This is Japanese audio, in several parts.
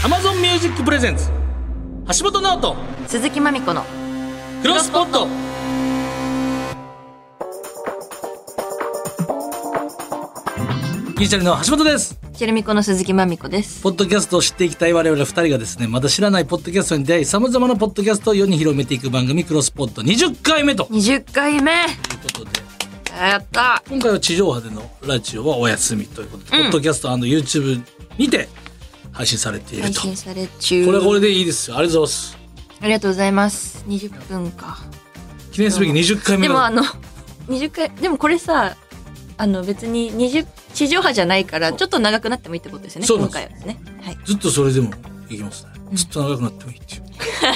Amazon Music Presents 橋本直人鈴木まみこのクロスポット。ギリシャリの橋本です。 チェルミコの鈴木まみこです。 ポッドキャストを知っていきたい我々2人がですね、まだ知らないポッドキャストに出会い、様々なポッドキャストを世に広めていく番組クロスポット20回目という 20回目ことで、 やった。 今回は地上波でのラジオはお休みということで、ポッドキャスト&YouTube にて配信されていると。 配信され中。 これはこれでいいですよ。ありがとうございます。 ありがとうございます。20分か。 記念すべき20回目でもだ。 20回でもこれさ、別に地上波じゃないからちょっと長くなってもいいってことですよね。今回はですね。はい。 ずっとそれでもいきますね。ずっと長くなってもいいっていう。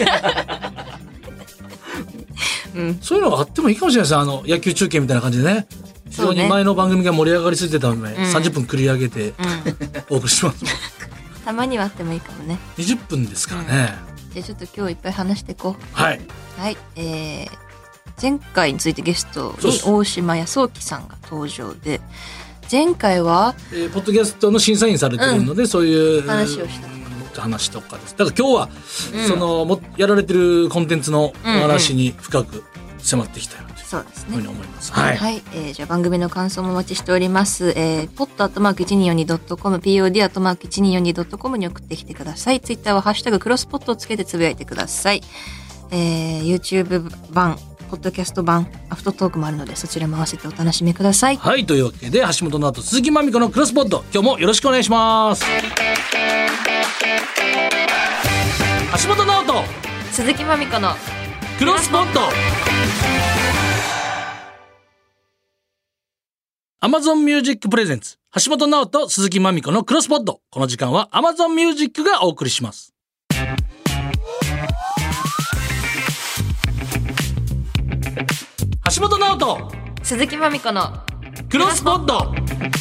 そういうのがあってもいいかもしれないです。野球中継みたいな感じでね。非常に前の番組が盛り上がりすぎてたので、30分繰り上げてお送りします。 たまにはあってもいいかもね。 20分ですからね。 じゃあちょっと今日いっぱい話していこう。 はい。 はい。前回についてゲストに大島康之さんが登場で、前回は、 ポッドキャストの審査員されてるので、そういう話をした話とかです。だから今日は、やられてるコンテンツのお話に深く迫っていきたいなというそうですね。 ふうに思います。はい。 はい。じゃあ番組の感想もお待ちしております。pod@1242.com、pod@1242.com に送ってきてください。ツイッターはハッシュタグクロスポットをつけてつぶやいてください。YouTube 版、ポッドキャスト版、アフトトークもあるので、そちらも合わせてお楽しみください。 はい。というわけで、橋本直人、鈴木まみこのクロスポット、今日もよろしくお願いします。橋本直人、 鈴木まみこのクロスポット。Amazon Music Presents 橋本直人、鈴木まみこのクロスポット。この時間は Amazon Music がお送りします。橋本直人、 鈴木まみこのクロスポット。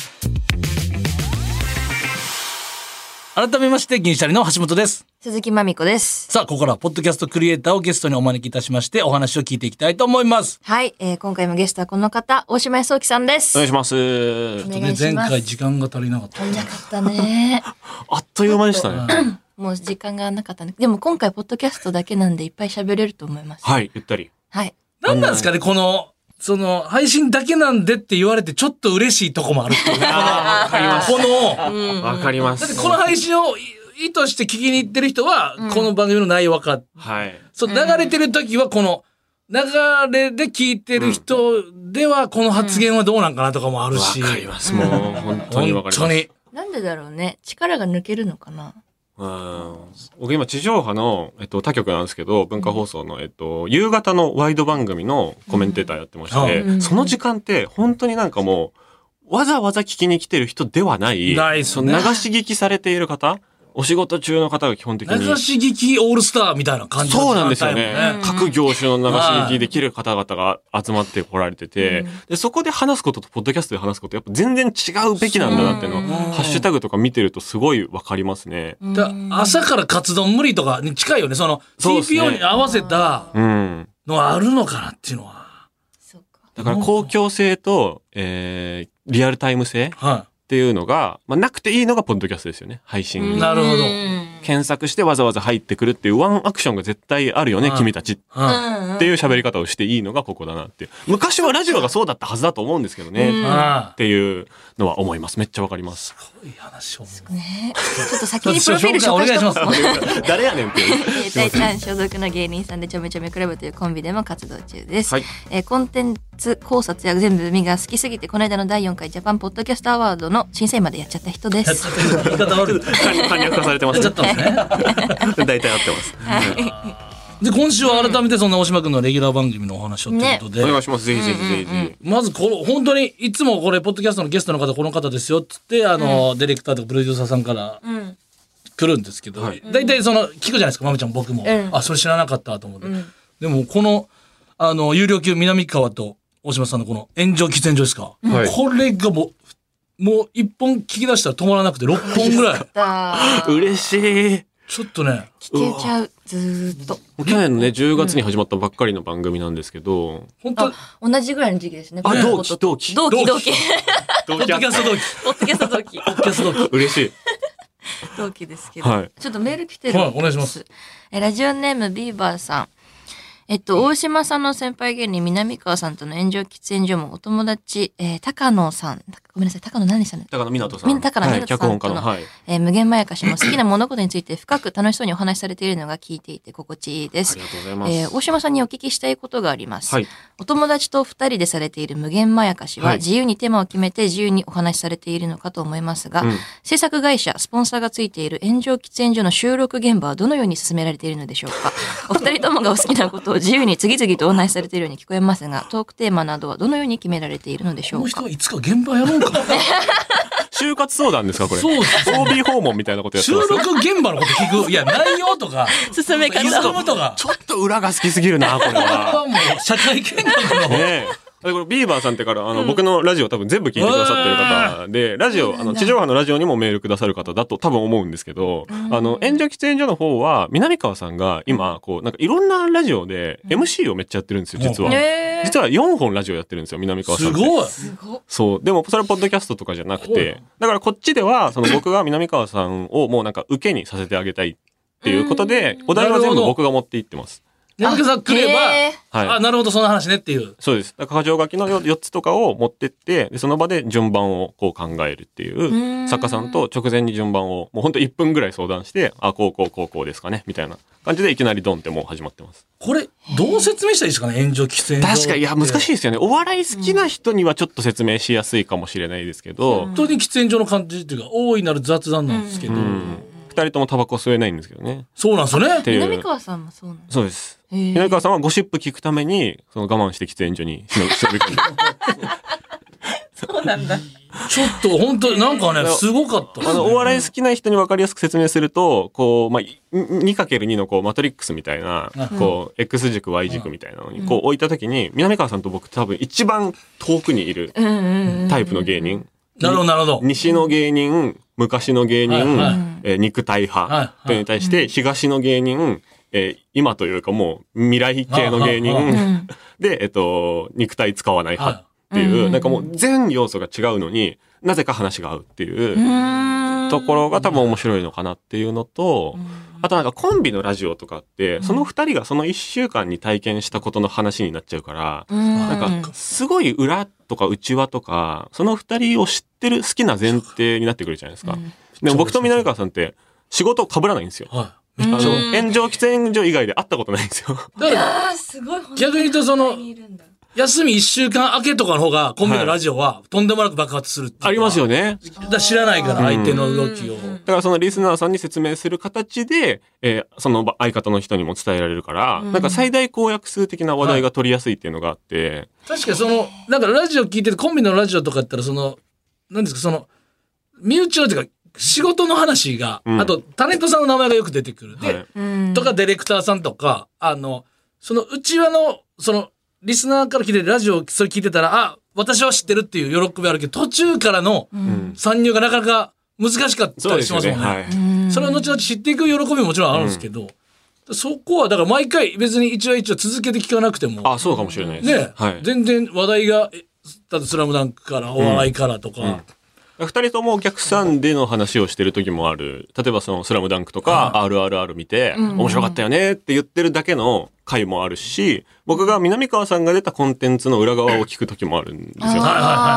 改めまして、銀シャリの橋本です。 鈴木まみこです。 さあ、ここからはポッドキャストクリエイターをゲストにお招きいたしまして、お話を聞いていきたいと思います。 はい、今回もゲストはこの方、大島康之さんです。 お願いします。 お願いします。 前回時間が足りなかった。 足りなかったね。 あっという間でしたね。 もう時間がなかったね。でも今回ポッドキャストだけなんでいっぱい喋れると思います。 はい、ゆったり。 はい。 何なんですかね、配信だけなんでって言われてちょっと嬉しいとこもあるっていうね。 わかります。わかります。 だってこの配信を意図して聞きに行ってる人は、この番組の内容分かって、 はい。 そう、流れてる時はこの、流れで聞いてる人ではこの発言はどうなんかなとかもあるし。 わかります。もう本当にわかります。 本当に。 なんでだろうね。力が抜けるのかな。 僕今地上波の、他局なんですけど、文化放送の、夕方のワイド番組のコメンテーターやってまして、その時間って本当になんかもう、わざわざ聞きに来てる人ではない、 その流し聞きされている方、お仕事中の方が基本的に。 流し聞きオールスターみたいな感じそうなんですよね。各業種の流し聞きできる方々が集まってこられてて、で、そこで話すこととポッドキャストで話すことやっぱ全然違うべきなんだなっていうのを、ハッシュタグとか見てるとすごいわかりますね。 朝からカツ丼無理とかに近いよね。TPO に合わせたのはあるのかなっていうのは。 だから公共性と、リアルタイム性。っていうのが、なくていいのがポッドキャストですよね。配信。 なるほど。 検索してわざわざ入ってくるっていうワンアクションが絶対あるよね、君たち。っていう喋り方をしていいのがここだなっていう。昔はラジオがそうだったはずだと思うんですけどね。っていうのは思います。めっちゃわかります。 すごい話を。 ね。ちょっと先にプロフィール紹介します。 誰やねんっていう。 大ちゃん所属の芸人さんでちょめちょめクラブというコンビでも活動中です。コンテンツ考察や全部見が好きすぎて、この間の第4回ジャパンポッドキャストアワードの審査員までやっちゃった人です。 言い方悪い。 簡略化されてます。 やっちゃったんですね。 大体合ってます。 で、今週は改めてそんな大島君のレギュラー番組のお話をということで。 お願いします。ぜひぜひぜひ。 まず本当にいつもこれポッドキャストのゲストの方この方ですよっつってディレクターとかプロデューサーさんから来るんですけど、大体聞くじゃないですか、まみちゃん僕も。あ、それ知らなかったと思って。でもこの有料級南川と大島さんのこの炎上喫煙所ですか。これがもう一本聞き出したら止まらなくて6本ぐらい。嬉しい。 ちょっとね。 聞けちゃう。ずーっと。 去年のね、10月に始まったばっかりの番組なんですけど。 本当同じぐらいの時期ですね。 同期。 ポッドキャスト同期。 ポッドキャスト同期。 嬉しい。 同期ですけど、 はいちょっとメール来てる。 はいお願いします。 ラジオネームビーバーさん。大島さんの先輩芸人、南川さんとの炎上喫煙所もお友達、高野さん、ごめんなさい、高野何でしたね。 高野湊さん。 高野湊さんとの、 脚本家の、はい。 無限まやかしも好きな物事について深く楽しそうにお話しされているのが聞いていて心地いいです。 ありがとうございます。 大島さんにお聞きしたいことがあります。 はい。 お友達と二人でされている無限まやかしは、自由にテーマを決めて自由にお話しされているのかと思いますが、制作会社、スポンサーがついている炎上喫煙所の収録現場はどのように進められているのでしょうか。お二人ともがお好きなことを自由に次々とお話しされているように聞こえますが、トークテーマなどはどのように決められているのでしょうか。 この人はいつか現場やろうか。 就活相談ですかこれ。 そうです。 OB 訪問みたいなことやってます。 収録現場のこと聞く。いや、内容とか、 進め方とか。 ちょっと裏が好きすぎるな、これは。 もう社会見学の。 ねこれビーバーさんってから僕のラジオ多分全部聞いてくださってる方で、ラジオ地上波のラジオにもメールくださる方だと多分思うんですけど、炎上喫煙所の方は南川さんが今こうなんかいろんなラジオで MC をめっちゃやってるんですよ実は。実は4本ラジオやってるんですよ南川さんって。 すごい。 そうでもそれはポッドキャストとかじゃなくて、だからこっちではその僕が南川さんをもうなんか受けにさせてあげたいっていうことで、お題は全部僕が持って行ってます。 山口さん来れば、 はい、 あ、なるほど、その話ねっていう。 そうです。だから箇条書きの4つとかを持ってって、でその場で順番をこう考えるっていう、作家さんと直前に順番を、もうほんと1分ぐらい相談して、あ、こうですかね、みたいな感じでいきなりドンってもう始まってます。 これ、どう説明したらいいですかね、炎上喫煙所。 確かに、いや、難しいですよね。お笑い好きな人にはちょっと説明しやすいかもしれないですけど。 本当に喫煙所の感じっていうか、大いなる雑談なんですけど。 2人ともタバコ吸えないんですけどね。 そうなんですよね。 南川さんもそうなんです。 そうです。南川さんはゴシップ聞くためにその我慢して喫煙所に忍び込んでそうなんだ。 ちょっと本当になんかねすごかった、 お笑い好きな人に分かりやすく説明するとこう、まあ、2×2 のこうマトリックスみたいな、こう X 軸 Y 軸みたいなのにこう置いた時に、南川さんと僕多分一番遠くにいるタイプの芸人。 なるほどなるほど。 西の芸人、昔の芸人、肉体派に対して東の芸人、今というかもう未来系の芸人で、肉体使わない派っていう、なんかもう全要素が違うのになぜか話が合うっていうところが多分面白いのかなっていうのと、あとなんかコンビのラジオとかってその2人がその1週間に体験したことの話になっちゃうから、なんかすごい裏とか内輪とかその2人を知ってる好きな前提になってくるじゃないですか。でも僕と南川さんって仕事被らないんですよ。炎上喫煙所以外で会ったことないんですよ。 だから逆に言うとその休み1週間明けとかの方がコンビのラジオはとんでもなく爆発するっていう、 ありますよね。 だ知らないから相手の動きを、 だからそのリスナーさんに説明する形で、その相方の人にも伝えられるから、なんか最大公約数的な話題が取りやすいっていうのがあって、 確かにそのなんかラジオ聞いててコンビのラジオとかやったらその何ですかその身内のっていうか仕事の話が、あとタレントさんの名前がよく出てくるで、とかディレクターさんとかその内輪のそのリスナーから聞いてラジオそれ聞いてたらあ私は知ってるっていう喜びあるけど途中からの参入がなかなか難しかったりしますもんね。それは後々知っていく喜びももちろんあるんですけど、そこはだから毎回別に一話一話続けて聞かなくてもそうかもしれないですね、全然話題がだってスラムダンクからお笑いからとか。 2人ともお客さんでの話をしてる時もある。例えばそのスラムダンクとか RRR 見て面白かったよねって言ってるだけの回もあるし、僕が南川さんが出たコンテンツの裏側を聞く時もあるんですよ。そう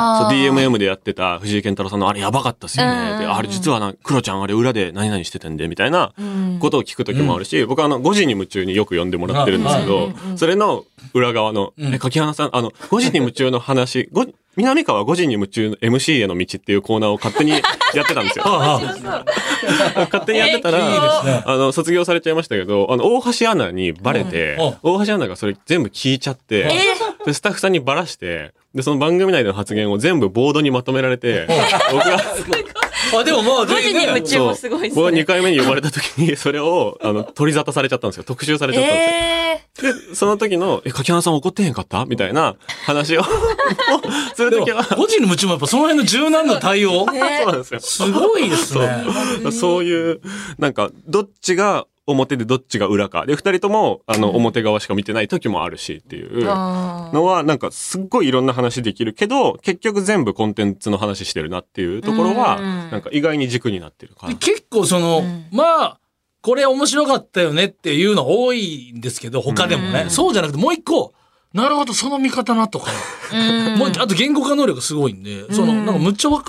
DMM でやってた藤井健太郎さんのあれやばかったっすよね。であれ実はクロちゃんあれ裏で何々してたんでみたいなことを聞く時もあるし、僕は5時に夢中によく呼んでもらってるんですけど、それの裏側の柿花さん5時に夢中の話南川5時に夢中の MC への道っていうコーナーを勝手にやってたんですよ。勝手にやってたら、卒業されちゃいましたけど、大橋アナにバレて、大橋アナがそれ全部聞いちゃって、でスタッフさんにバラして、で、その番組内での発言を全部ボードにまとめられて、僕が、 でもまあ、 5時に夢中もすごいですね。 僕が2回目に呼ばれた時に、それを、取り沙汰されちゃったんですよ。特集されちゃったんですよ。で、その時の、柿花さん怒ってへんかったみたいな話をする時は。 5時の夢中もやっぱその辺の柔軟な対応。 そうなんですよ。 すごいですね。 そういう、なんか、どっちが表でどっちが裏か。で、二人とも、表側しか見てない時もあるしっていうのは、なんかすっごいいろんな話できるけど、結局全部コンテンツの話してるなっていうところは、なんか意外に軸になってるから。 結構まあ、これ面白かったよねっていうの多いんですけど、他でもね。そうじゃなくてもう一個、なるほど、その見方なとか。もう、あと言語化能力すごいんで、なんかむっちゃ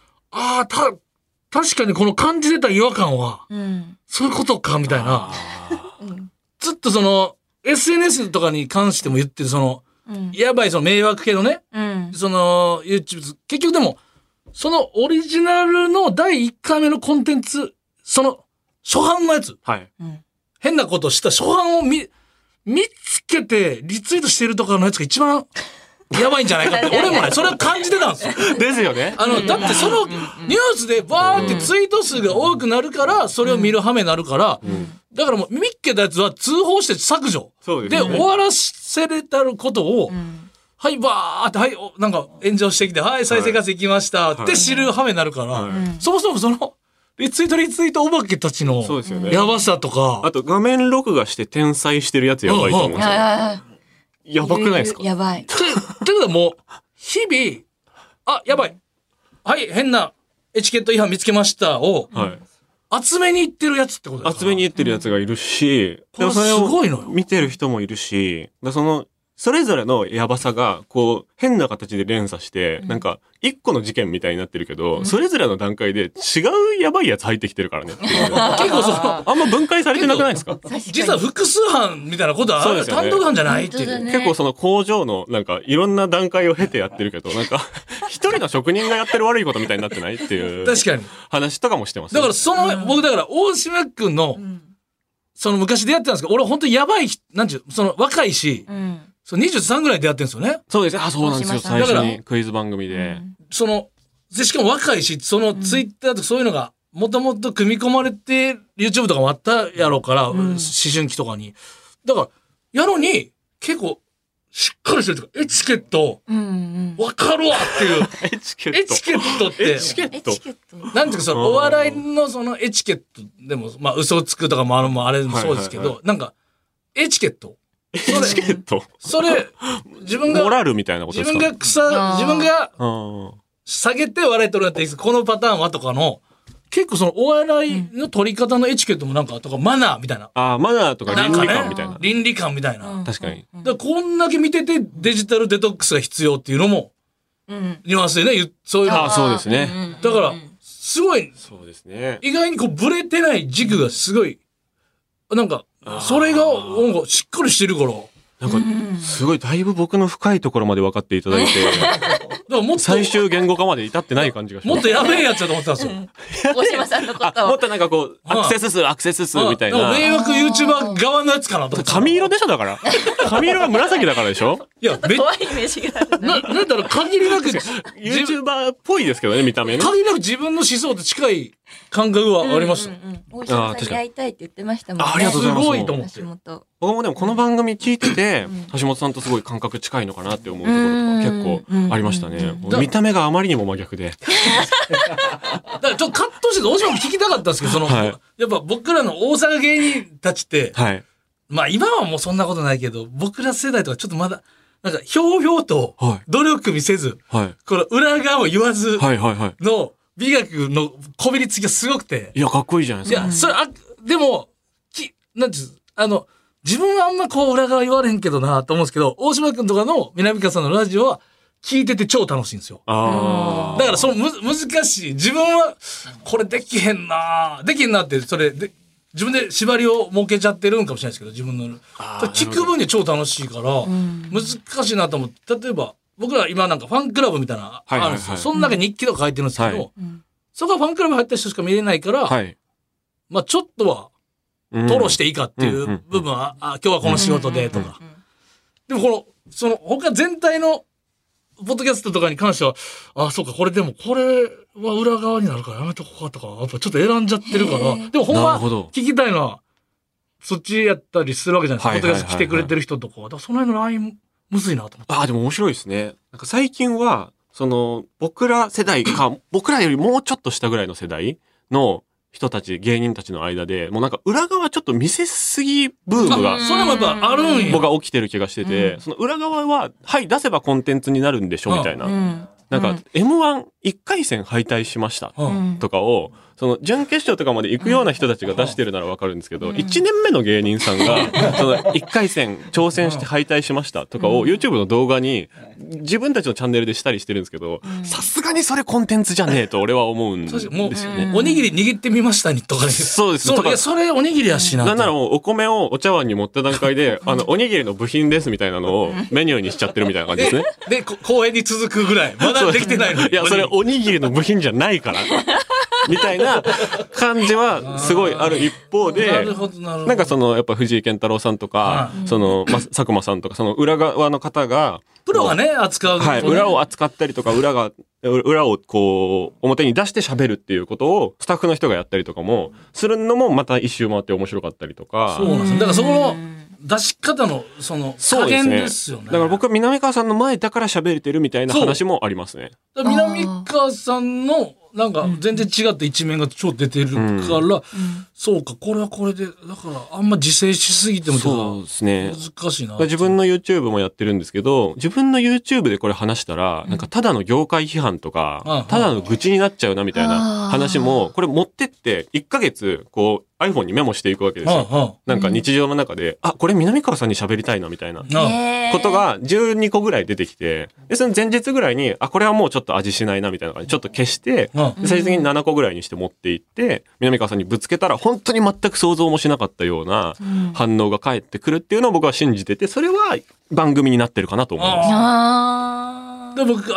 確かにこの感じてた違和感は、そういうことか、みたいな。ずっとSNS とかに関しても言ってる、やばい迷惑系のね、YouTube、結局でも、そのオリジナルの第1回目のコンテンツ、初版のやつ、 はい、 変なことした初版を見つけてリツイートしてるとかのやつが一番やばいんじゃないかって、俺もね、それを感じてたんですよ。 ですよね。 だってニュースでバーってツイート数が多くなるから、それを見る羽目になるから、だからもう見っけたやつは通報して削除。で、終わらせれたることを、はい、バーって、はい、なんか炎上してきて、はい、再生活行きました、って知る羽目になるから、そもそもリツイートお化けたちのやばさとか。 あと画面録画して転載してるやつやばいと思うんですよ。やばくないですか？ やばい。 ってことはもう、日々、やばい。はい、変なエチケット違反見つけましたを、集めに行ってるやつってことですか？ 集めに行ってるやつがいるし、でもそれを見てる人もいるし、それぞれのやばさが、こう、変な形で連鎖して、なんか、一個の事件みたいになってるけど、それぞれの段階で違うやばいやつ入ってきてるからねっていう。結構あんま分解されてなくないですか？ 実は複数犯みたいなことは、単独犯じゃないっていう。 結構工場の、なんか、いろんな段階を経てやってるけど、なんか、一人の職人がやってる悪いことみたいになってないっていう。確かに。話とかもしてます、 だから僕だから、大島くんの、昔出会ってたんですけど、俺本当にやばい、なんていう、若いし、23ぐらいでやってるんですよね。 そうですね。そうなんですよ。最初にクイズ番組で。 しかも若いし、ツイッターとかそういうのが、もともと組み込まれて、YouTube とかもあったやろうから、思春期とかに。だから、やのに、結構、しっかりしてるというか、エチケット、わかるわっていう。 エチケットって。 エチケットなんていうか、お笑いのエチケットでも、まあ、嘘をつくとかもあれもそうですけど、なんか、エチケット。 エチケットそれ、自分が、 モラルみたいなことですか？ 自分が、下げて笑い取るやってこのパターンはとかの、結構お笑いの取り方のエチケットもなんか、とかマナーみたいな。 マナーとか倫理観みたいな。 倫理観みたいな。 確かに。 だこんだけ見ててデジタルデトックスが必要っていうのも、ニュアンスでね、そういうの。 そうですね。 だから、すごい、 そうですね。 意外にブレてない軸がすごい、なんか、それが、なんか、しっかりしてるから。 なんか、すごい、だいぶ僕の深いところまで分かっていただいて、最終言語化まで至ってない感じがします。 もっとやべえやつだと思ってたんですよ。 大島さんのことを。 もっとなんかアクセス数みたいな。 迷惑 YouTuber 側のやつかなと思って。 髪色でしょだから。髪色が紫だからでしょ？ いや、怖いイメージがある。 なんだろう、限りなく、 YouTuber っぽいですけどね、見た目ね。 限りなく自分の思想と近い感覚はありました。 大島さんやりたいって言ってましたもんね。 ありがとうございます。 すごいと思って。 僕もでもこの番組聞いてて、橋本さんとすごい感覚近いのかなって思うところが結構ありましたね。見た目があまりにも真逆で。 だからちょっとカットして大島も聞きたかったんですけど、やっぱ僕らの大阪芸人たちって、まあ今はもうそんなことないけど、僕ら世代とかちょっとまだ、なんかひょうひょうと努力見せず、この裏側も言わずの美学のこびりつきがすごくて。 いや、かっこいいじゃないですか。 いや、それ、でも、なんていう自分はあんま裏側言われへんけどなと思うんですけど、大島くんとかの南川さんのラジオは聞いてて超楽しいんですよ。だから難しい。自分はこれできへんなって、それで、自分で縛りを設けちゃってるんかもしれないですけど、自分の。聞く分には超楽しいから、難しいなと思って、例えば、僕ら今なんかファンクラブみたいなあるんですよ。そん中日記とか書いてるんですけど、そこはファンクラブ入った人しか見れないから、まあちょっとは、吐露していいかっていう部分は、今日はこの仕事でとか。でも他全体の、ポッドキャストとかに関しては、そうか、これは裏側になるからやめとこうかとか、やっぱちょっと選んじゃってるから。でもほんま、聞きたいのは、そっちやったりするわけじゃないですか。ポッドキャスト来てくれてる人とか。だからその辺のライン、むずいなと思って。 でも面白いですね。なんか最近は、僕ら世代か、僕らよりもうちょっと下ぐらいの世代の人たち、芸人たちの間で、もうなんか裏側ちょっと見せすぎブームが、 それもやっぱあるんや。 僕は起きてる気がしてて、その裏側は、はい、出せばコンテンツになるんでしょみたいな。なんか、M11 回戦敗退しましたとかを、その準決勝とかまで行くような人たちが出してるならわかるんですけど、1年目の芸人さんが、その1回戦挑戦して敗退しましたとかを YouTube の動画に自分たちのチャンネルでしたりしてるんですけど、さすがにそれコンテンツじゃねえと俺は思うんですよね。 おにぎり握ってみましたにとかそうです。 それおにぎりやしな。 なんならもうお米をお茶碗に盛った段階で、おにぎりの部品ですみたいなのをメニューにしちゃってるみたいな感じですね。 で、公演に続くぐらい。まだできてないのに。 いや、それおにぎりの部品じゃないから。みたいな感じはすごいある一方で、なんかそのやっぱ藤井健太郎さんとか、その佐久間さんとかその裏側の方がプロがね扱う、 はい、裏を扱ったりとか裏をこう表に出して喋るっていうことをスタッフの人がやったりとかもするのもまた一周回って面白かったりとか。 そうなんですよ。だからそこの出し方のその加減ですよね。 だから僕は南川さんの前だから喋れてるみたいな話もありますね。 南川さんのなんか全然違った一面が超出てるから、そうか、これはこれで、だからあんま自制しすぎてもそうですね。 難しいな。 自分の YouTube もやってるんですけど、自分の YouTube でこれ話したら、なんかただの業界批判とか、ただの愚痴になっちゃうなみたいな話も、これ持ってって1ヶ月こう iPhone にメモしていくわけですよ。なんか日常の中で、あ、これ南川さんに喋りたいなみたいなことが12個ぐらい出てきて、で、その前日ぐらいに、あ、これはもうちょっと味しないなみたいな感じでちょっと消して、最終的に7個ぐらいにして持っていって、南川さんにぶつけたら本当に全く想像もしなかったような反応が返ってくるっていうのを僕は信じてて、それは番組になってるかなと思います。 で、僕、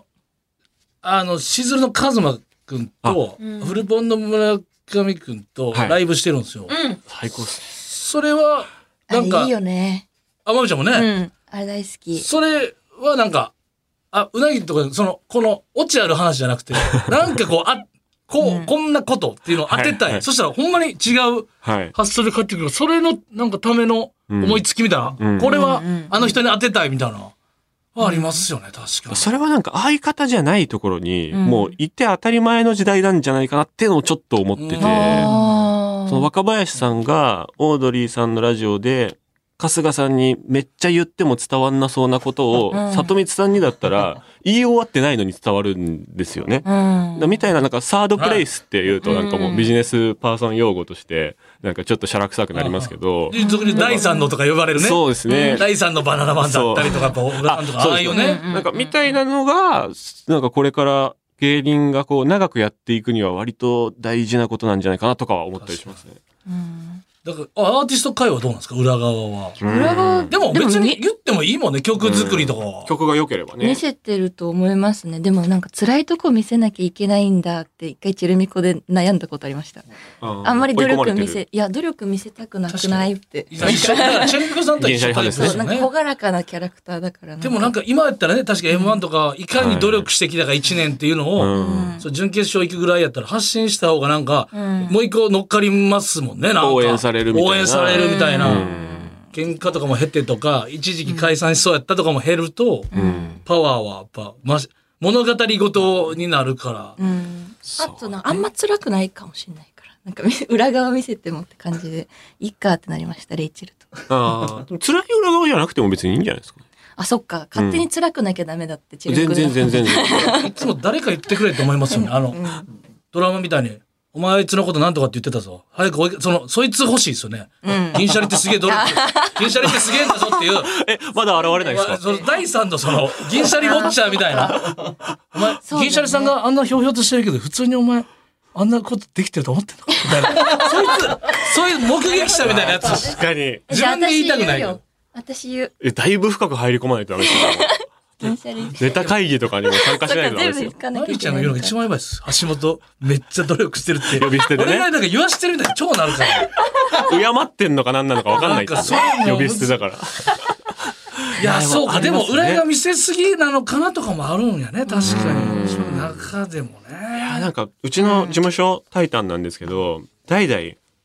しずるのカズマくんと、フルポンの村上くんとライブしてるんですよ。 最高っす。 それは、なんか、 いいよね。 あ、まみちゃんもね。 あれ大好き。 それはなんか、うなぎとか、この、オチある話じゃなくて、なんかこんなことっていうのを当てたい。そしたらほんまに違う発想で返ってくる。それのなんかための思いつきみたいな。これはあの人に当てたいみたいな。ありますよね、確かに。 それはなんか相方じゃないところに、もういて当たり前の時代なんじゃないかなっていうのをちょっと思ってて、その若林さんがオードリーさんのラジオで、春日さんにめっちゃ言っても伝わんなそうなことを、里光さんにだったら言い終わってないのに伝わるんですよね。みたいななんかサードプレイスっていうとなんかもうビジネスパーソン用語としてなんかちょっとしゃらくさくなりますけど。 特に第三のとか呼ばれるね。 そうですね。 第三のバナナマンだったりとか、小倉さんとかああいうね。 なんかみたいなのが、なんかこれから芸人がこう長くやっていくには割と大事なことなんじゃないかなとかは思ったりしますね。 だからアーティスト界はどうなんですか、裏側は。 裏側でも別に言ってもいいもんね、曲作りとかは。 曲が良ければね。 見せてると思いますね。でもなんか辛いとこ見せなきゃいけないんだって一回チェルミコで悩んだことありました。あんまり努力見せたくなくないって。 だからチェルミコさんとは一緒ですね。 なんか朗らかなキャラクターだから。 でもなんか今やったらね、確か M1 とかいかに努力してきたか1年っていうのを、準決勝行くぐらいやったら発信した方がなんか、もう一個乗っかりますもんね、なんか。 応援されるみたいな。 応援されるみたいな。喧嘩とかも減ってとか、一時期解散しそうやったとかも減ると、パワーはやっぱ、物語ごとになるから。 あとあんま辛くないかもしれないから。なんか裏側見せてもって感じで、いいかってなりました、レイチェルと。 辛い裏側じゃなくても別にいいんじゃないですか。 あ、そっか。勝手に辛くなきゃダメだって、 全然。 いつも誰か言ってくれって思いますよね。ドラマみたいに。お前あいつのことなんとかって言ってたぞ。早くそいつ欲しいですよね。銀シャリってすげえ銀シャリってすげえんだぞっていう。 まだ現れないですか？ 第3の銀シャリウォッチャーみたいな。お前、銀シャリさんがあんなひょうひょうとしてるけど、普通にお前、あんなことできてると思ってんのみたいな。そういう目撃者みたいなやつ。 確かに。 自分で言いたくないよ。 私言う。 だいぶ深く入り込まないとダメですよ。ネタ会議とかにも参加しないとダメですよ。 マリちゃんが言うのが一番やばいです。橋本めっちゃ努力してるって。 呼び捨てでね。 俺がなんか言わしてるみたいに超なるから。 敬ってんのか何なのか分かんないって呼び捨てだから。 いや、そうか。でも裏が見せすぎなのかなとかもあるんやね。確かに。その中でもね。 いや、なんかうちの事務所タイタンなんですけど、代々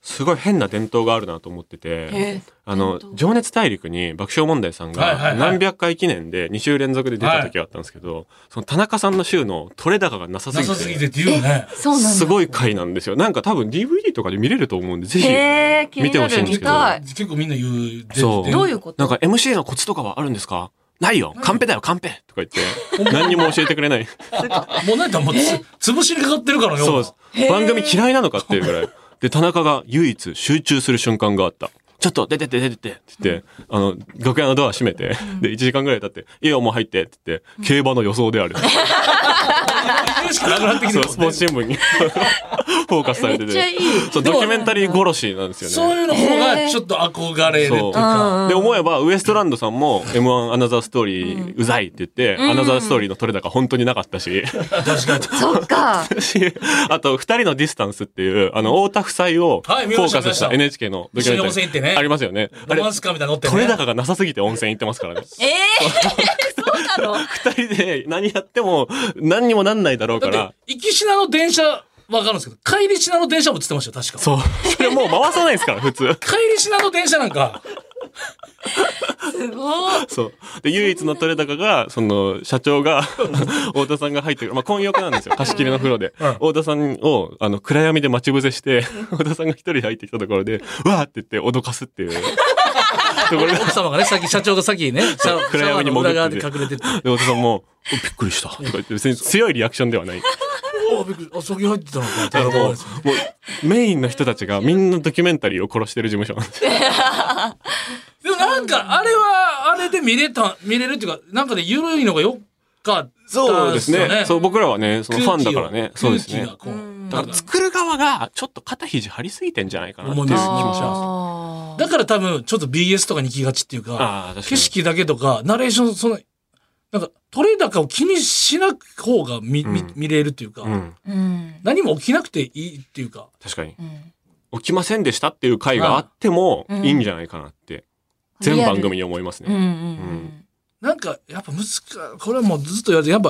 すごい変な伝統があるなと思ってて、情熱大陸に爆笑問題さんが何百回記念で2週連続で出た時があったんですけど、その田中さんの週の取れ高がなさすぎてっていうね。 すごい回なんですよ。なんか多分 DVD とかで見れると思うんで、ぜひ見てほしいんですけど。 結構みんな言う。 どういうこと？ なんか MC のコツとかはあるんですか？ないよ、カンペだよ、カンペとか言って何にも教えてくれない。 もうなんかもう潰しにかかってるからよ。 そうです。番組嫌いなのかっていうぐらい。で、田中が唯一集中する瞬間があった。ちょっと出てってって言って、楽屋のドア閉めて、で、1時間ぐらい経って、いいよ、もう入ってって言って、競馬の予想である。 しかなくなってきてるもんね。 スポーツ新聞にフォーカスされてて。 めっちゃいい。 そう、ドキュメンタリー殺しなんですよね。 そういうの方がちょっと憧れるっていうか。 で、思えば、ウエストランドさんも M1 アナザーストーリーうざいって言って、アナザーストーリーの取れ高本当になかったし。 確かに。 そっか。 あと、二人のディスタンスっていう、太田夫妻をフォーカスした NHK のドキュメンタリー。ありますよね。あれ、取れ高がなさすぎて温泉行ってますからね。 そうなの？ 二人で何やっても何にもなんないだろうから。 行き品の電車わかるんですけど、帰り品の電車も映ってましたよ、確か。 そう。それもう回さないですから、普通。 帰り品の電車なんか。 すごい。 そう。で、唯一の取れ高が、社長が、太田さんが入ってくる。まあ、混浴なんですよ。貸し切りの風呂で。太田さんを、暗闇で待ち伏せして、太田さんが一人で入ってきたところで、わーって言って脅かすっていう。 奥様がね、社長が先にね、 暗闇に潜って。 裏側で隠れてて。 で、太田さんも、びっくりした。とか言って、別に強いリアクションではない。 びっくり。あ、先入ってたのか。 もう、メインの人たちがみんなドキュメンタリーを殺してる事務所なんですよ。 でもなんか、あれは、あれで見れるっていうか、なんかで緩いのがよかった。 そうですね。そう、僕らはね、そのファンだからね。そうですね。だから作る側が、ちょっと肩肘張りすぎてんじゃないかなっていう気もします。 だから多分、ちょっと BS とかに行きがちっていうか、景色だけとか、ナレーション、なんか、取れ高を気にしなく方が見れるっていうか、何も起きなくていいっていうか。 確かに。起きませんでしたっていう回があってもいいんじゃないかなって、全番組に思いますね。 なんか、やっぱこれはもうずっと言われて、やっぱ、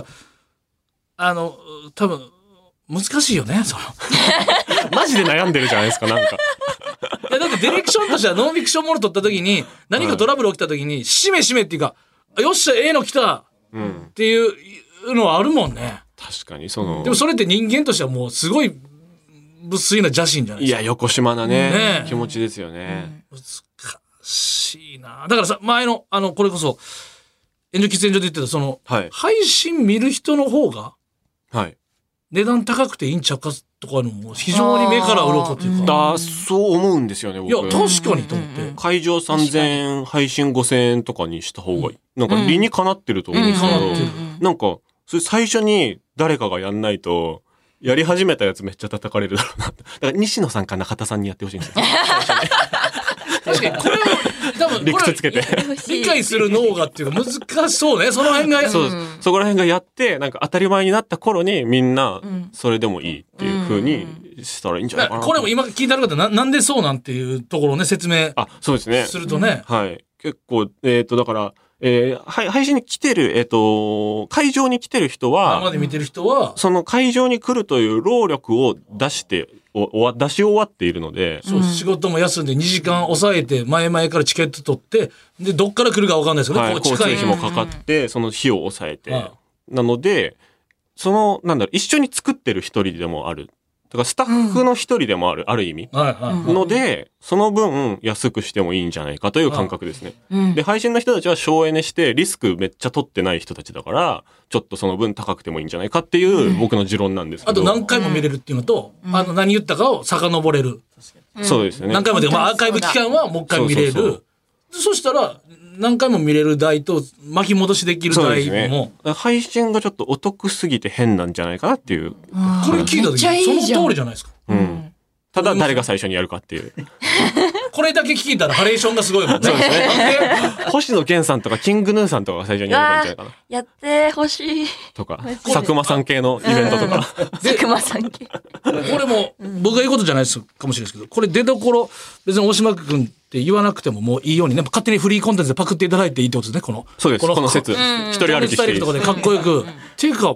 多分、難しいよね、 マジで悩んでるじゃないですか、なんか。 いや、だってディレクションとしてはノンフィクションもの撮った時に、何かトラブル起きた時に、締めっていうか、よっしゃ、の来たっていうのはあるもんね。 確かに、 でもそれって人間としてはもうすごい無粋な邪心じゃないですか。 いや、横島なね、気持ちですよね。 難しいな。だからさ、前の、これこそ、炎上喫煙所で言ってた、配信見る人の方が、値段高くていいんちゃうかとかのも非常に目から鱗っていうか。 そう思うんですよね、僕。 いや、確かにと思って。 会場3000円、配信5000円とかにした方がいい。なんか理にかなってると思うんですけど、なんか、それ最初に誰かがやんないと、やり始めたやつめっちゃ叩かれるだろうな。だから西野さんか中田さんにやってほしいんですよ。 確かに、これを、多分、 理屈つけて。 理解する脳がっていうか難しそうね、その辺が。 そうです。そこら辺がやって、なんか当たり前になった頃にみんな、それでもいいっていう風にしたらいいんじゃないかな。 これも今聞いてある方なんでそうなんていうところをね、説明。 そうですね。 するとね。 はい。結構、だから、配信に来てる、会場に来てる人は、 生で見てる人は、 その会場に来るという労力を出し終わっているので。 そう、仕事も休んで2時間抑えて、前々からチケット取って、で、どっから来るか分かんないですよね。 交通費もかかって、その費用を抑えて。なので、一緒に作ってる一人でもある。だからスタッフの一人でもある意味。ので、その分安くしてもいいんじゃないかという感覚ですね。で、配信の人たちは省エネしてリスクめっちゃ取ってない人たちだから、ちょっとその分高くてもいいんじゃないかっていう僕の持論なんですけど。 あと何回も見れるっていうのと、何言ったかを遡れる。 そうですよね。 何回もで、アーカイブ期間はもう一回見れる。そしたら、何回も見れる代と巻き戻しできる代も、 配信がちょっとお得すぎて変なんじゃないかなっていう。 これ聞いた時にその通りじゃないですか。 ただ誰が最初にやるかっていう。 これだけ聞いたらハレーションがすごいもんね。 そうですね。星野源さんとかキングヌーさんとかが最初にやるかんじゃないかな。 やってほしい。 とか、佐久間さん系のイベントとか。 佐久間さん系。これも僕が言うことじゃないですかもしれないですけど、これ出どころ別に大島君って言わなくてももういいようにね、勝手にフリーコンテンツでパクっていただいていいってことですね。 そうです。この説。一人歩きしていい。 とかでかっこよく。っていうか、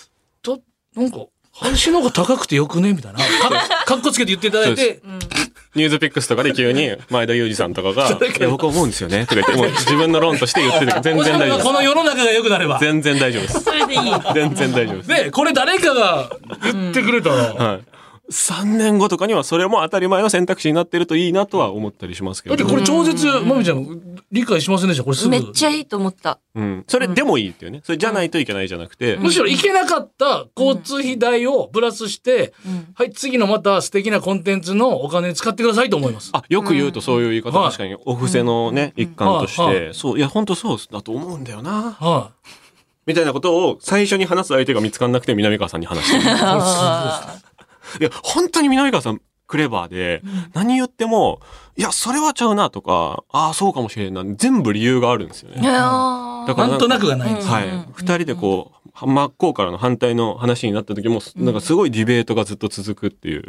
なんか配信の方が高くてよくねみたいな。かっこつけて言っていただいて、 ニュースピックスとかで急に前田裕二さんとかが、いや、僕思うんですよね、とか言って、もう自分の論として言ってて、全然大丈夫です。 この世の中が良くなれば。 全然大丈夫です。 それでいい。 全然大丈夫です。 で、これ誰かが言ってくれたら、 はい。3年後とかにはそれも当たり前の選択肢になってるといいなとは思ったりしますけど。 だってこれ超絶、まみちゃん理解しませんでしたこれすぐ。 めっちゃいいと思った。 うん。それでもいいっていうね。それじゃないといけないじゃなくて。 むしろ行けなかった交通費代をプラスして、はい、次のまた素敵なコンテンツのお金使ってくださいと思います。 あ、よく言うとそういう言い方、確かにお布施のね、一環として、そう、いや、本当そうだと思うんだよな。 はい。 みたいなことを最初に話す相手が見つかんなくて南川さんに話してる。いや、本当に南川さんクレバーで、何言っても、いや、それはちゃうなとか、ああ、そうかもしれんな、全部理由があるんですよね。だからなんとなくがないんです。 はい。二人でこう、真っ向からの反対の話になった時も、なんかすごいディベートがずっと続くっていう。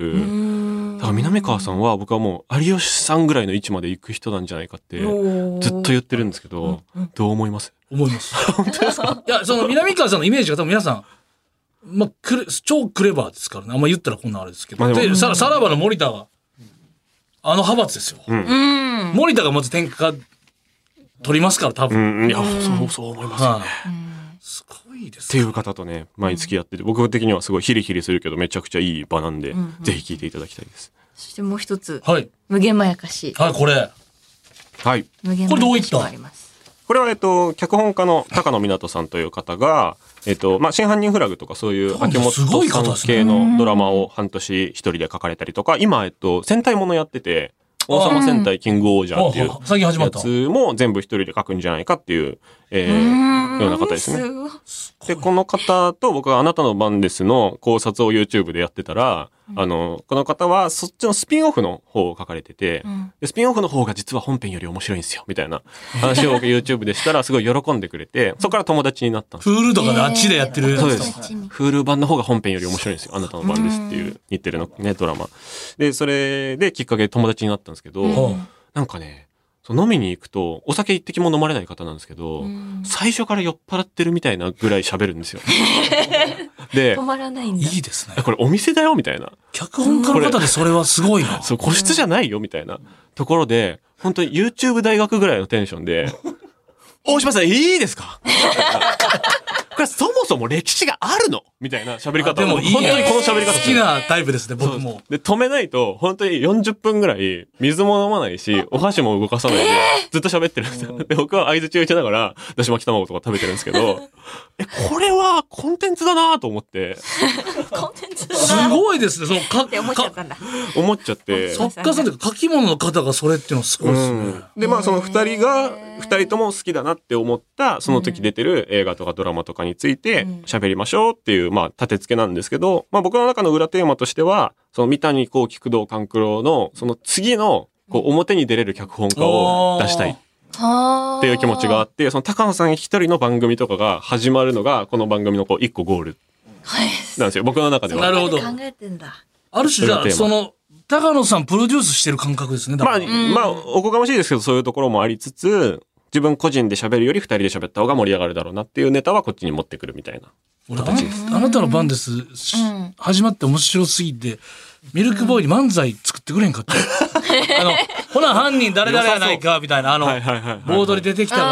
だから南川さんは僕はもう有吉さんぐらいの位置まで行く人なんじゃないかってずっと言ってるんですけど、どう思います？ 思います。本当ですか？いや、その南川さんのイメージが多分皆さん、まあ、超クレバーですからね。あんま言ったらこんなあれですけど。で、さらばの森田が、あの派閥ですよ。森田がまず天下取りますから、多分。 いや、そう思いますよね。 すごいですっていう方とね、毎月やってて、僕的にはすごいヒリヒリするけど、めちゃくちゃいい場なんで、ぜひ聞いていただきたいです。 そしてもう一つ。 はい。 無限まやかし。 はい、これ。 はい。 無限まやかしもあります。 これは、脚本家の高野湊さんという方が、まあ、真犯人フラグとかそういう秋元さん系のドラマを半年一人で書かれたりとか、今、戦隊ものやってて、王様戦隊キングオージャーっていうやつも全部一人で書くんじゃないかっていう、ような方ですね。で、この方と僕はあなたの番ですの考察を YouTube でやってたら、この方はそっちのスピンオフの方を書かれてて、でスピンオフの方が実は本編より面白いんですよ、みたいな話を YouTube でしたらすごい喜んでくれて、そこから友達になったんです。 フールとかであっちでやってる。 そうです。フール版の方が本編より面白いんですよ。あなたの番ですっていう日テレのね、ドラマ。で、それできっかけで友達になったんですけど、なんかね、飲みに行くと、お酒一滴も飲まれない方なんですけど、最初から酔っ払ってるみたいなぐらい喋るんですよ。 で、止まらないんだ。 いいですね。 これお店だよみたいな。 脚本家の方でそれはすごいな。 そう、個室じゃないよみたいなところで、本当に YouTube 大学ぐらいのテンションで、大島さんいいですかこれそもそも歴史があるのみたいな喋り方。 でもいい。 本当にこの喋り方。 好きなタイプですね、僕も。 で、止めないと、本当に40分ぐらい、水も飲まないし、お箸も動かさないで、ずっと喋ってるんですよ。で、僕は合図中打ちながら、だし巻き卵とか食べてるんですけど、これはコンテンツだなと思って。 コンテンツすごいですね、 って思っちゃったんだ。 思っちゃって。 作家さんというか書き物の方がそれっていうのすごいですね。 で、まあその二人とも好きだなって思った、その時出てる映画とかドラマとかについて喋りましょうっていう、まあ立て付けなんですけど、まあ僕の中の裏テーマとしては、その三谷幸喜、工藤官九郎の、その次の、表に出れる脚本家を出したい。っていう気持ちがあって、その高野さん一人の番組とかが始まるのが、この番組の一個ゴール。なんですよ、僕の中では。 なるほど。 考えてんだ。 ある種じゃあ、高野さんプロデュースしてる感覚ですね。 まあ、おこがましいですけど、そういうところもありつつ、自分個人で喋るより二人で喋った方が盛り上がるだろうなっていうネタはこっちに持ってくるみたいな形です。 あなたの番です。始まって面白すぎて、ミルクボーイに漫才作ってくれんかって。ほな犯人誰々やないか、みたいな、ボードに出てきたから、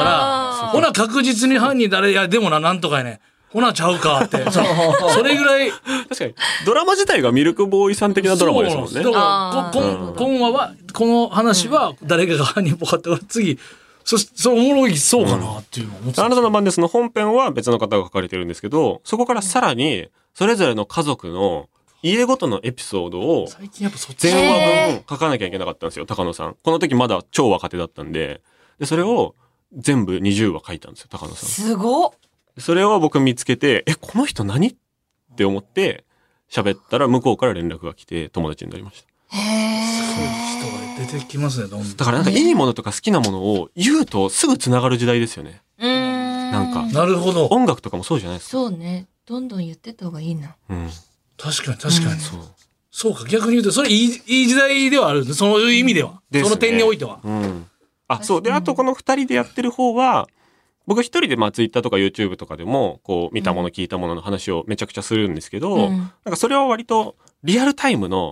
ほな確実に犯人誰、いや、でもなんとかやね。ほなちゃうかって。それぐらい。 確かに、ドラマ自体がミルクボーイさん的なドラマですもんね。 だから、今話は、この話は誰かが犯人っぽかったから、次、そおもろいそうかなっていうのを思ってた。 あなたの番ですの本編は別の方が書かれてるんですけど、そこからさらに、それぞれの家族の家ごとのエピソードを、全話分書かなきゃいけなかったんですよ、高野さん。この時まだ超若手だったんで、それを全部20話書いたんですよ、高野さん。 すごっ。 それを僕見つけて、この人何って思って喋ったら向こうから連絡が来て友達になりました。 そういう人が出てきますね、どんどん。 だからなんかいいものとか好きなものを言うとすぐ繋がる時代ですよね。なんか。 なるほど。 音楽とかもそうじゃないですか。 そうね。どんどん言ってった方がいいな。 確かに確かに。そうか、逆に言うと、それいい時代ではあるんで、そういう意味では。その点においては。 そう。で、あとこの二人でやってる方は、僕一人でツイッターとか YouTube とかでも、見たもの聞いたものの話をめちゃくちゃするんですけど、なんかそれは割とリアルタイムの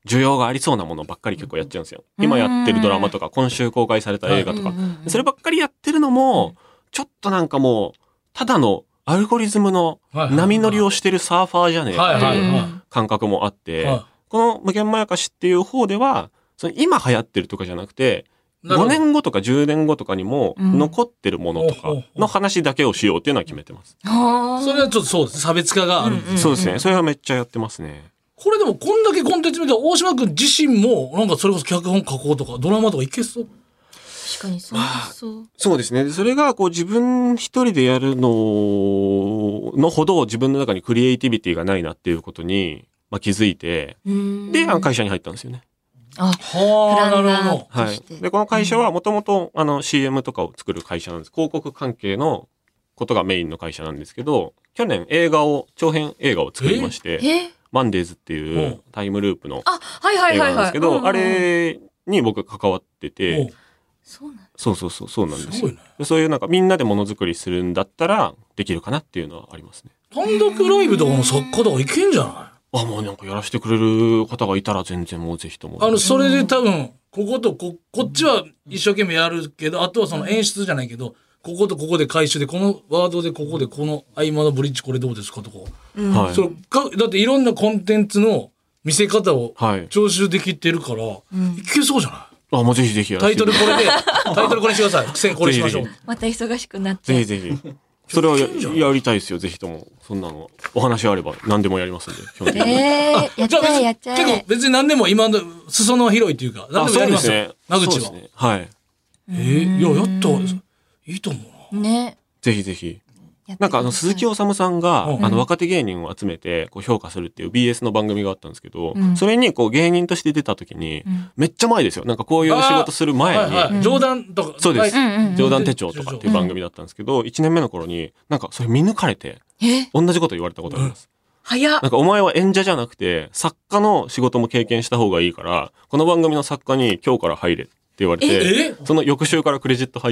需要がありそうなものばっかり結構やっちゃうんですよ。今やってるドラマとか、今週公開された映画とか、そればっかりやってるのも、ちょっとなんかもう、ただのアルゴリズムの波乗りをしてるサーファーじゃねえかっていう感覚もあって、この無限まやかしっていう方では、その今流行ってるとかじゃなくて、5年後とか10年後とかにも残ってるものとかの話だけをしようっていうのは決めてます。 それはちょっとそうです。差別化があるんです。 そうですね。それはめっちゃやってますね。 これでもこんだけコンテンツ見たら大島君自身もなんかそれこそ脚本書こうとかドラマとかいけそう。 確かにそうそう。 そうですね。それがこう自分一人でやるのほど自分の中にクリエイティビティがないなっていうことに、気づいて、で、会社に入ったんですよね。 あ、 なるほど。 はい。で、この会社はもともとCM とかを作る会社なんです。広告関係のことがメインの会社なんですけど、去年長編映画を作りまして、マンデーズっていうタイムループの映画なんですけど、あれに僕関わってて、そうなんですよ。そういうなんかみんなでものづくりするんだったらできるかなっていうのはありますね。 単独ライブとかの作家とかいけんじゃない？ もうなんかやらせてくれる方がいたら全然もうぜひとも。 それで多分、こことこっちは一生懸命やるけど、あとはその演出じゃないけど、こことここで回収で、このワードでここでこの合間のブリッジこれどうですかとか。だっていろんなコンテンツの見せ方を徴収できてるから、いけそうじゃない？ もうぜひぜひやらせて。 タイトルこれにしてください。付箋これしましょう。 また忙しくなって。 ぜひ。それはやりたいですよ、ぜひとも。そんなの。お話あれば何でもやりますんで。 やっちゃえ。 結構別に何でも今の裾野広いっていうか、何でもやりますよ。間口は。 はい。 いや、やったいいと思うな。 ね。 ぜひぜひ。なんか鈴木おさむさんが、若手芸人を集めてこう評価するっていう BS の番組があったんですけど、それにこう芸人として出た時に、めっちゃ前ですよ。なんかこういう仕事する前に。 冗談とか。 そうです。冗談手帳とかっていう番組だったんですけど、1年目の頃に、なんかそれ見抜かれて、同じこと言われたことあります。 早っ。 なんかお前は演者じゃなくて、作家の仕事も経験した方がいいから、この番組の作家に今日から入れって言われて、その翌週からクレジット入って、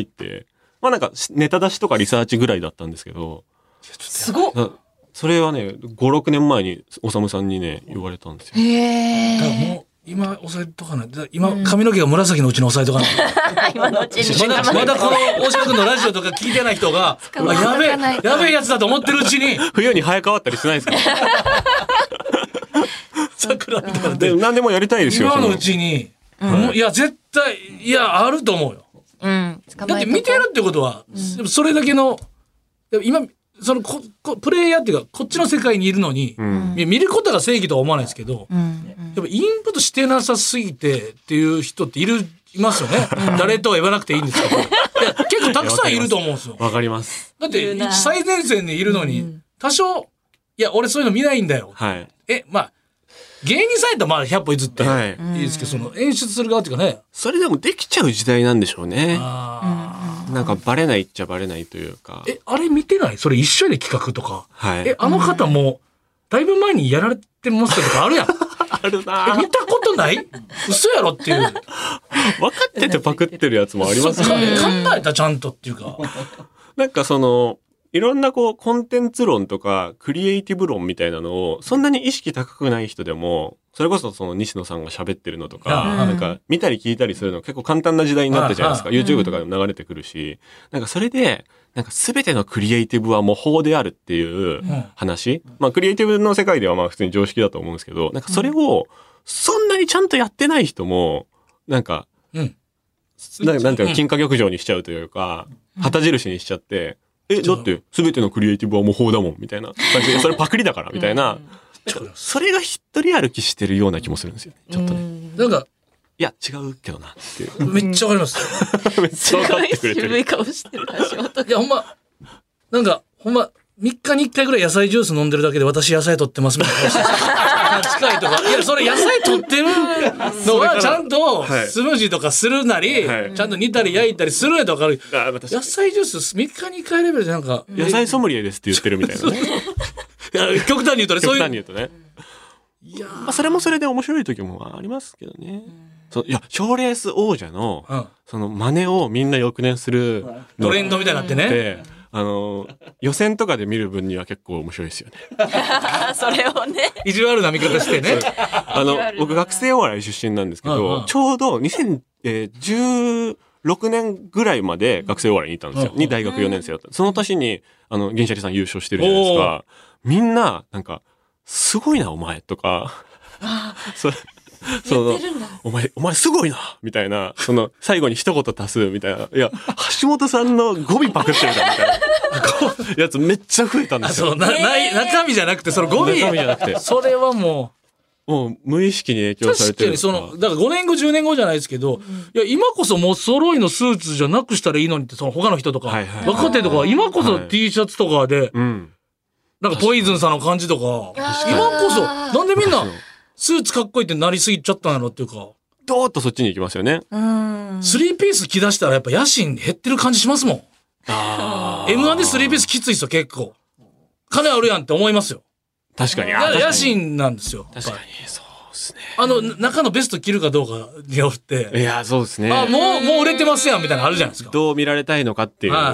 なんかネタ出しとかリサーチぐらいだったんですけど、 すごっ。 それはね、5、6年前におさむさんにね、言われたんですよ。 だからもう、今押さえとかない。今、髪の毛が紫のうちに押さえとかない。 今のうちに。 まだこの大島君のラジオとか聞いてない人が、やべえやつだと思ってるうちに。 冬に生え変わったりしないですか？ 桜みたいな。 で何でもやりたいですよ。 今のうちに。いや、絶対、あると思うよ。だって見てるってことは、それだけの、今、そのプレイヤーっていうかこっちの世界にいるのに、見ることが正義とは思わないですけど、やっぱインプットしてなさすぎてっていう人っていますよね。誰とは言わなくていいんですけど、結構たくさんいると思うんですよ。 わかります。 だって最前線にいるのに、多少俺そういうの見ないんだよ。芸人さんやったら100歩譲っていいですけど、その演出する側っていうかね。 それでもできちゃう時代なんでしょうね。なんかバレないっちゃバレないというか。 あれ見てない？それ一緒で企画とか。 はい。 あの方もだいぶ前にやられてますとかあるやん。 あるな。 見たことない？嘘やろっていう。 分かっててパクってるやつもありますよね。 考えたちゃんとっていうか。 なんかいろんなコンテンツ論とかクリエイティブ論みたいなのをそんなに意識高くない人でも、それこそ西野さんが喋ってるのとか、なんか見たり聞いたりするの結構簡単な時代になったじゃないですか。YouTube とかでも流れてくるし、なんかそれで、なんか全てのクリエイティブは模倣であるっていう話。クリエイティブの世界では普通に常識だと思うんですけど、なんかそれをそんなにちゃんとやってない人も、なんか、なんていうか金貨玉状にしちゃうというか、旗印にしちゃって、だって全てのクリエイティブは模倣だもんみたいな感じで、それパクリだからみたいな、それが一人歩きしてるような気もするんですよね。ちょっとね。 なんか、 いや違うけどなっていう。 めっちゃわかります。 めっちゃ分かってくれてる。 渋い顔してる橋本。 いやほんま3日に1回ぐらい野菜ジュース飲んでるだけで私野菜取ってますみたいな近いとか。いやそれ野菜取ってるのはちゃんとスムージーとかするなり、ちゃんと煮たり焼いたりするのと分かる。野菜ジュース3日に1回レベルでなんか野菜ソムリエですって言ってるみたいなね。 極端に言うとね、そういう。 極端に言うとね。いやそれもそれで面白い時もありますけどね。いや賞レース王者のその真似をみんな翌年するトレンドみたいになってね。 予選とかで見る分には結構面白いですよね。 それをね。 意地悪な見方してね。 僕学生お笑い出身なんですけど、ちょうど2016年ぐらいまで学生お笑いにいたんですよ。に大学4年生だった。その年に、銀シャリさん優勝してるじゃないですか。みんな、なんか、すごいな、お前とか、お前すごいなみたいな、最後に一言足すみたいな。いや、橋本さんの語尾パクってるだみたいな。やつめっちゃ増えたんですよ。 中身じゃなくて、その語尾。 中身じゃなくて。 それはもう無意識に影響されてる。 確かにだから5年後、10年後じゃないですけど、いや、今こそもう揃いのスーツじゃなくしたらいいのにって、他の人とか、若手とか、今こそ T シャツとかで、なんかポイズンさんの感じとか、今こそ、なんでみんな、スーツかっこいいってなりすぎちゃったんやろっていうか。 ドーッとそっちに行きますよね。 スリーピース着出したらやっぱ野心減ってる感じしますもん。M1 でスリーピースきついっすよ、結構。金あるやんって思いますよ。 確かに。 野心なんですよ。 確かに、そうですね。 中のベスト着るかどうかによって。 いや、そうですね。 もう売れてますやんみたいなのあるじゃないですか。 どう見られたいのかっていう。いや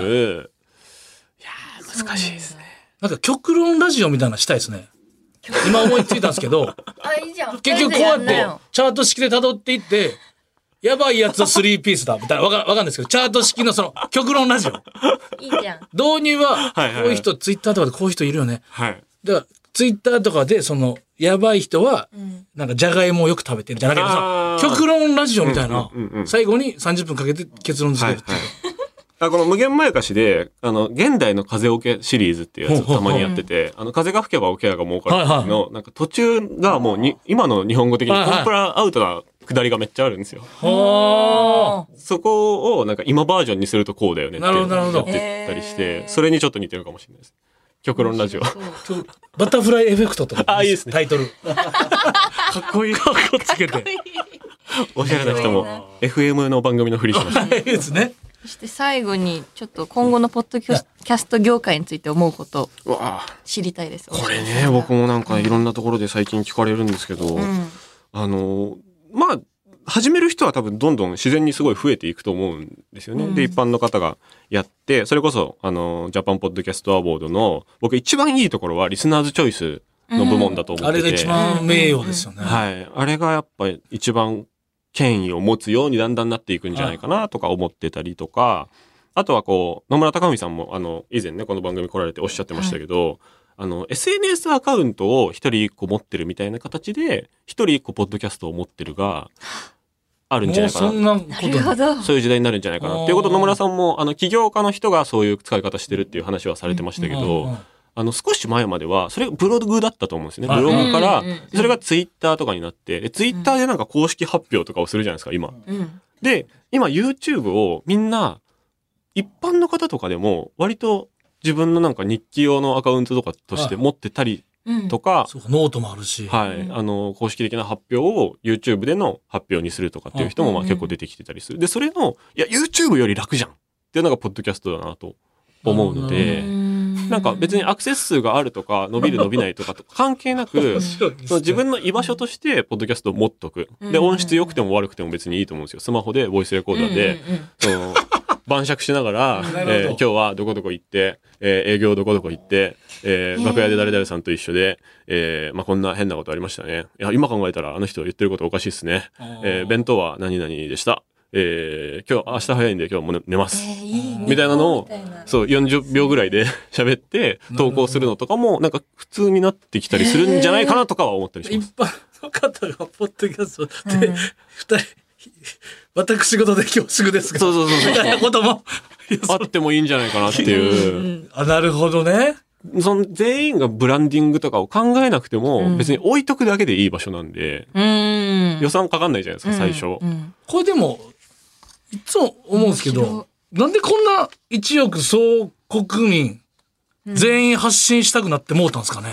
難しいですね。 なんか極論ラジオみたいなのしたいですね。今思いついたんですけど、結局こうやってチャート式で辿っていって、やばいやつは3ピースだみたいなわかんないですけど、チャート式の極論ラジオ。 いいじゃん。 導入は、こういう人、ツイッターとかでこういう人いるよね。 はい。 だからツイッターとかで、やばい人は、なんかじゃがいもをよく食べてるじゃないけどさ、極論ラジオみたいな、最後に30分かけて結論付けるっていう。 この無限まやかしで、現代の風おけシリーズっていうやつをたまにやってて、風が吹けばおケアが儲かるっていうの、なんか途中がもう今の日本語的にコンプラアウトなくだりがめっちゃあるんですよ。そこをなんか今バージョンにするとこうだよねってやってたりして、それにちょっと似てるかもしれないです。極論ラジオ。 バタフライエフェクトとか。 いいですね。 タイトル。 かっこいい。 かっこつけて。 おしゃれな人も FM の番組のふりしました。 いいですね。 そして最後にちょっと今後のポッドキャスト業界について思うことを知りたいです。 これね、僕もなんかいろんなところで最近聞かれるんですけど、まあ始める人は多分どんどん自然にすごい増えていくと思うんですよね。で、一般の方がやって、それこそジャパンポッドキャストアワードの僕一番いいところはリスナーズチョイスの部門だと思ってて、 あれが一番名誉ですよね。 はい、あれがやっぱり一番権威を持つようにだんだんなっていくんじゃないかなとか思ってたりとか、あとは野村貴文さんも以前ねこの番組来られておっしゃってましたけど、SNS アカウントを一人一個持ってるみたいな形で一人一個ポッドキャストを持ってるがあるんじゃないかな。 なるほど。 そういう時代になるんじゃないかなっていうことを野村さんも起業家の人がそういう使い方してるっていう話はされてましたけど、少し前まではそれがブログだったと思うんですよね。ブログからそれがツイッターとかになって、ツイッターでなんか公式発表とかをするじゃないですか今。で今 YouTube をみんな一般の方とかでも割と自分のなんか日記用のアカウントとかとして持ってたりとか、 そうかノートもあるし、 はい、公式的な発表を YouTube での発表にするとかっていう人も結構出てきてたりする。でそれのいや YouTube より楽じゃんっていうのがポッドキャストだなと思うので。なんか別にアクセス数があるとか伸びる伸びないとかと関係なくその自分の居場所としてポッドキャストを持っとく。で音質良くても悪くても別にいいと思うんですよ。スマホでボイスレコーダーで晩酌しながら、今日はどこどこ行って、営業どこどこ行って、楽屋で誰々さんと一緒で、こんな変なことありましたね。いや今考えたらあの人言ってることおかしいですね。弁当は何々でした。明日早いんで今日も寝ます、みたいなのをそう40秒ぐらいで喋って投稿するのとかもなんか普通になってきたりするんじゃないかなとかは思ったりします。 一般の方がポッドキャストで2人私事で恐縮ですがそうみたいなこともあってもいいんじゃないかなっていう。 なるほどね。 その全員がブランディングとかを考えなくても別に置いとくだけでいい場所なんで、予算かかんないじゃないですか最初。 これでもいつも思うんですけど、なんでこんな一億総国民全員発信したくなってもうたんですかね。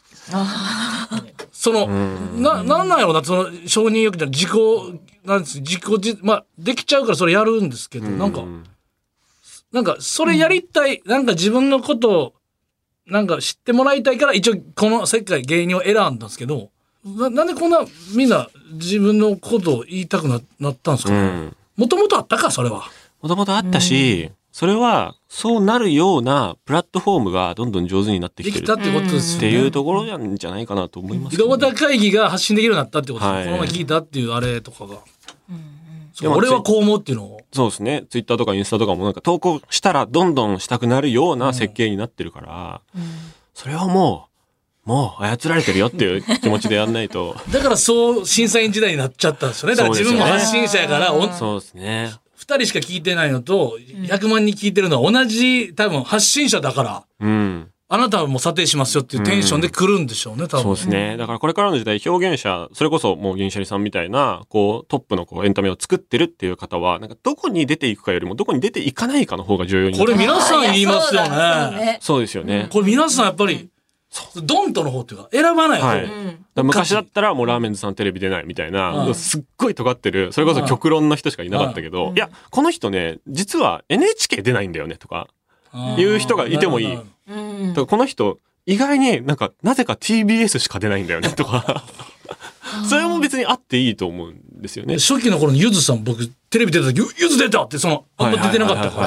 なんなんやろな、承認欲求じゃできちゃうからそれやるんですけど、なんかそれやりたい、なんか自分のことをなんか知ってもらいたいから一応この世界芸人を選んだんですけど、なんでこんなみんな自分のことを言いたくなったんですかね。もともとあったか、それは。 もともとあったし、 それはそうなるようなプラットフォームがどんどん上手になってきてるってことですよね。 っていうところなんじゃないかなと思います、 井戸端会議が発信できるようになったってことです、 はい、 この前聞いたっていうあれとかが、俺はこう思うっていうのを。 そうですね。ツイッターとかインスタとかもなんか投稿したらどんどんしたくなるような設計になってるから、それはもう操られてるよっていう気持ちでやんないと。 だからそう審査員時代になっちゃったんですよね。だから自分も発信者やから、 そうですね。 2人しか聞いてないのと100万人聞いてるのは同じ多分発信者だから、あなたはもう査定しますよっていうテンションで来るんでしょうね、多分。 そうですね。だからこれからの時代、表現者、それこそもう銀シャリさんみたいな、こう、トップのこうエンタメを作ってるっていう方は、なんかどこに出ていくかよりもどこに出ていかないかの方が重要になる。 これ皆さん言いますよね。 そうですよね。 これ皆さんやっぱり、ドンとの方っていうか、選ばない方。 昔だったらもうラーメンズさんテレビ出ないみたいな、すっごい尖ってる、それこそ極論の人しかいなかったけど、いや、この人ね、実は NHK 出ないんだよねとか、いう人がいてもいい。だからこの人、意外になんか、なぜか TBS しか出ないんだよねとか、それも別にあっていいと思うんですよね。 初期の頃にゆずさん、僕、テレビ出た時、ゆず出たって、あんま出てなかったから、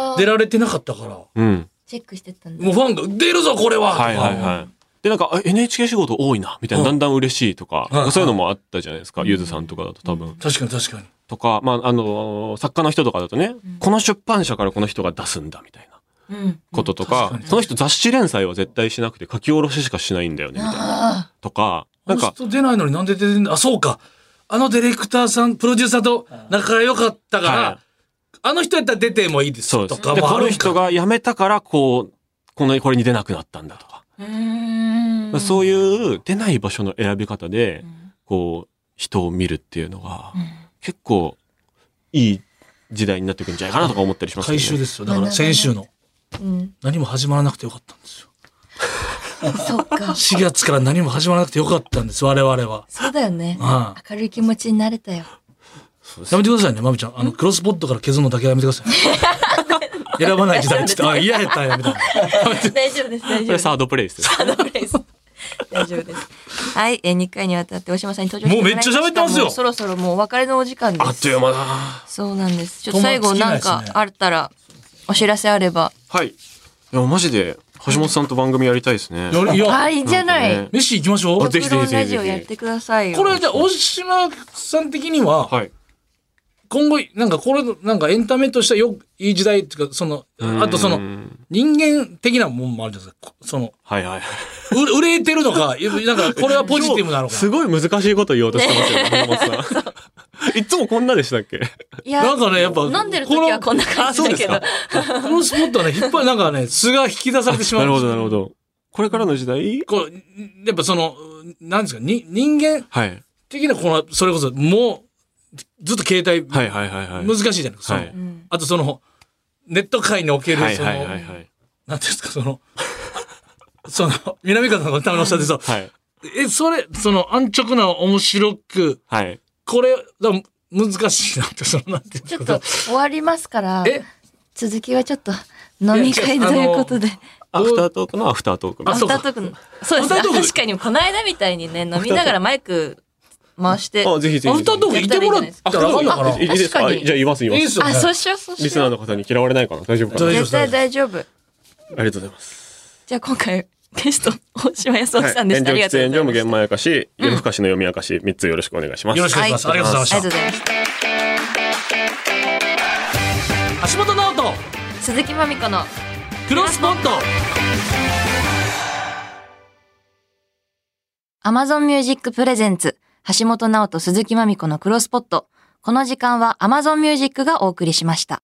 出られてなかったから、 チェックしてたんで。もうファンが、出るぞこれはとか。で、なんか、NHK 仕事多いな、みたいな、だんだん嬉しいとか、そういうのもあったじゃないですか、ゆずさんとかだと多分。 確かに確かに。 とか、まあ、作家の人とかだとね、この出版社からこの人が出すんだ、みたいな。こととか、その人雑誌連載は絶対しなくて書き下ろししかしないんだよね、みたいな。とか、 なんか。出ないのになんで出てんだ。あ、そうか。あのディレクターさん、プロデューサーと仲が良かったから、あの人やったら出てもいいですとか。 で、この人が辞めたから、これに出なくなったんだとか。そういう出ない場所の選び方で、こう、人を見るっていうのが、結構いい時代になってくるんじゃないかなとか思ったりしますね。 回収ですよ。だから先週の。何も始まらなくてよかったんですよ。 そっか。 4月から何も始まらなくてよかったんです、我々は。 そうだよね。明るい気持ちになれたよ。 やめてくださいね、まみちゃん。クロスポットから削るのだけはやめてください。選ばない時代って言って、嫌やったんや、みたいな。 大丈夫です、大丈夫です。 それサードプレイスです。 サードプレイス。大丈夫です。はい、2回にわたって大島さんに登場してもうめっちゃ喋ってますよ。 そろそろもうお別れのお時間です。 あっという間だ。 そうなんです。ちょっと最後なんかあったら、お知らせあれば。 はい。いや、マジで、橋本さんと番組やりたいですね。 いいじゃない。 飯行きましょう。 ぜひぜひぜひ。 ラジオやってくださいよ。 これじゃあ、大島さん的には、今後、なんかこれ、なんかエンタメとしていい時代っていうか、あと人間的なもんもあるじゃないですか。売れてるのか、なんかこれはポジティブなのか。 すごい難しいこと言おうとしてますよね、橋本さん。いつもこんなでしたっけ？ いや、 なんかね、やっぱ。 飲んでる時はこんな感じだけど。 このスポットはね、引っ張り、なんかね、素が引き出されてしまう。 なるほど、なるほど。これからの時代？ やっぱなんですか、人間的なそれこそ、もう、ずっと携帯、難しいじゃないですか。あとネット界における、なんていうんですか、南方さんのためのおっしゃってそう。安直な面白く、これ、難しいなって、なんていうんですか。 ちょっと終わりますから、続きはちょっと飲み会ということで。 アフタートークのアフタートーク。 アフタートークの。そうですね。確かに、この間みたいにね、飲みながらマイク、回して。 ぜひぜひ。 アフタートークいてもらったら分かんのかな。 いいですか？じゃあ言います。 いいですよね。そうしよう、そうしよう。 リスナーの方に嫌われないかな？大丈夫かな？ 絶対大丈夫。 ありがとうございます。 じゃあ今回、ゲスト、大島康之さんでした。ありがとうございます。 炎上無限まやかし、夜更かしの読み明かし、3つよろしくお願いします。 よろしくお願いします。ありがとうございました。 ありがとうございました。 橋本直人、 鈴木まみこのクロスポット。 Amazon Music Presents橋本直人鈴木まみこのクロスポット。この時間は Amazon Music がお送りしました。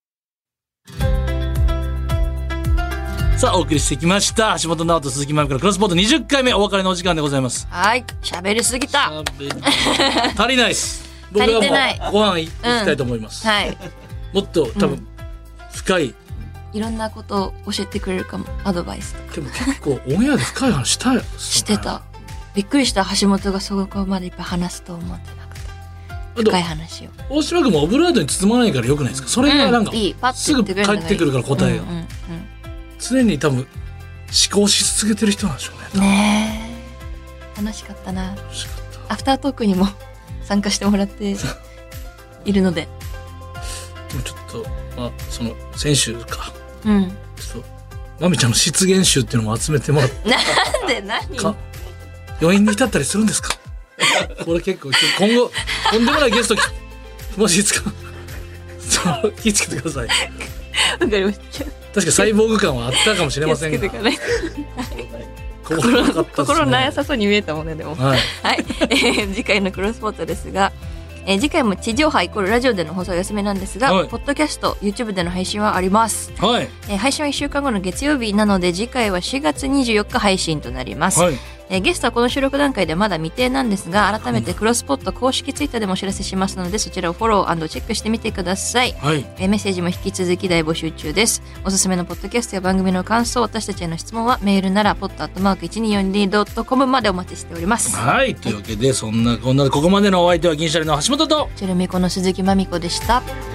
さあ、お送りしてきました。橋本直人鈴木まみこのクロスポット20回目お別れのお時間でございます。 はい。喋りすぎた。 足りないです。 足りてない。 ご飯行きたいと思います。 はい。 もっと多分、深い。 いろんなことを教えてくれるかも。アドバイスとか。 でも結構オンエアで深い話したよ。 してた。びっくりした。橋本がそこまでいっぱい話すと思ってなくて。深い話を。大島君もオブラートに包まないからよくないですか？それがなんか、すぐ返ってくるから答えが。常に多分思考し続けてる人なんでしょうね。 ねえ。楽しかったな。アフタートークにも参加してもらっているので。 でもちょっとまあその先週かうん。 ちょっとまみちゃんの失言集っていうのも集めてもらってなんで何？ 余韻に至ったりするんですか？これ結構今後とんでもないゲストもしいつか気をつけてください。 わかりました。 確かサイボーグ感はあったかもしれませんが。 気をつけていかないと。心なさそうに見えたもんねでも。はい。はい。次回のクロスポットですが。次回も地上波イコールラジオでの放送は休みなんですが、ポッドキャスト YouTube での配信はあります、はい。配信は1週間後の月曜日なので次回は4月24日配信となります、はい。ゲストはこの収録段階でまだ未定なんですが、改めてクロスポット公式ツイッターでもお知らせしますので、そちらをフォロー&チェックしてみてください、はい。メッセージも引き続き大募集中です。おすすめのポッドキャストや番組の感想、私たちへの質問はメールならpod@1242.com までお待ちしております。 はい、というわけでそんなこんなここまでのお相手は銀シャリの橋本とチェルミコの鈴木まみこでした。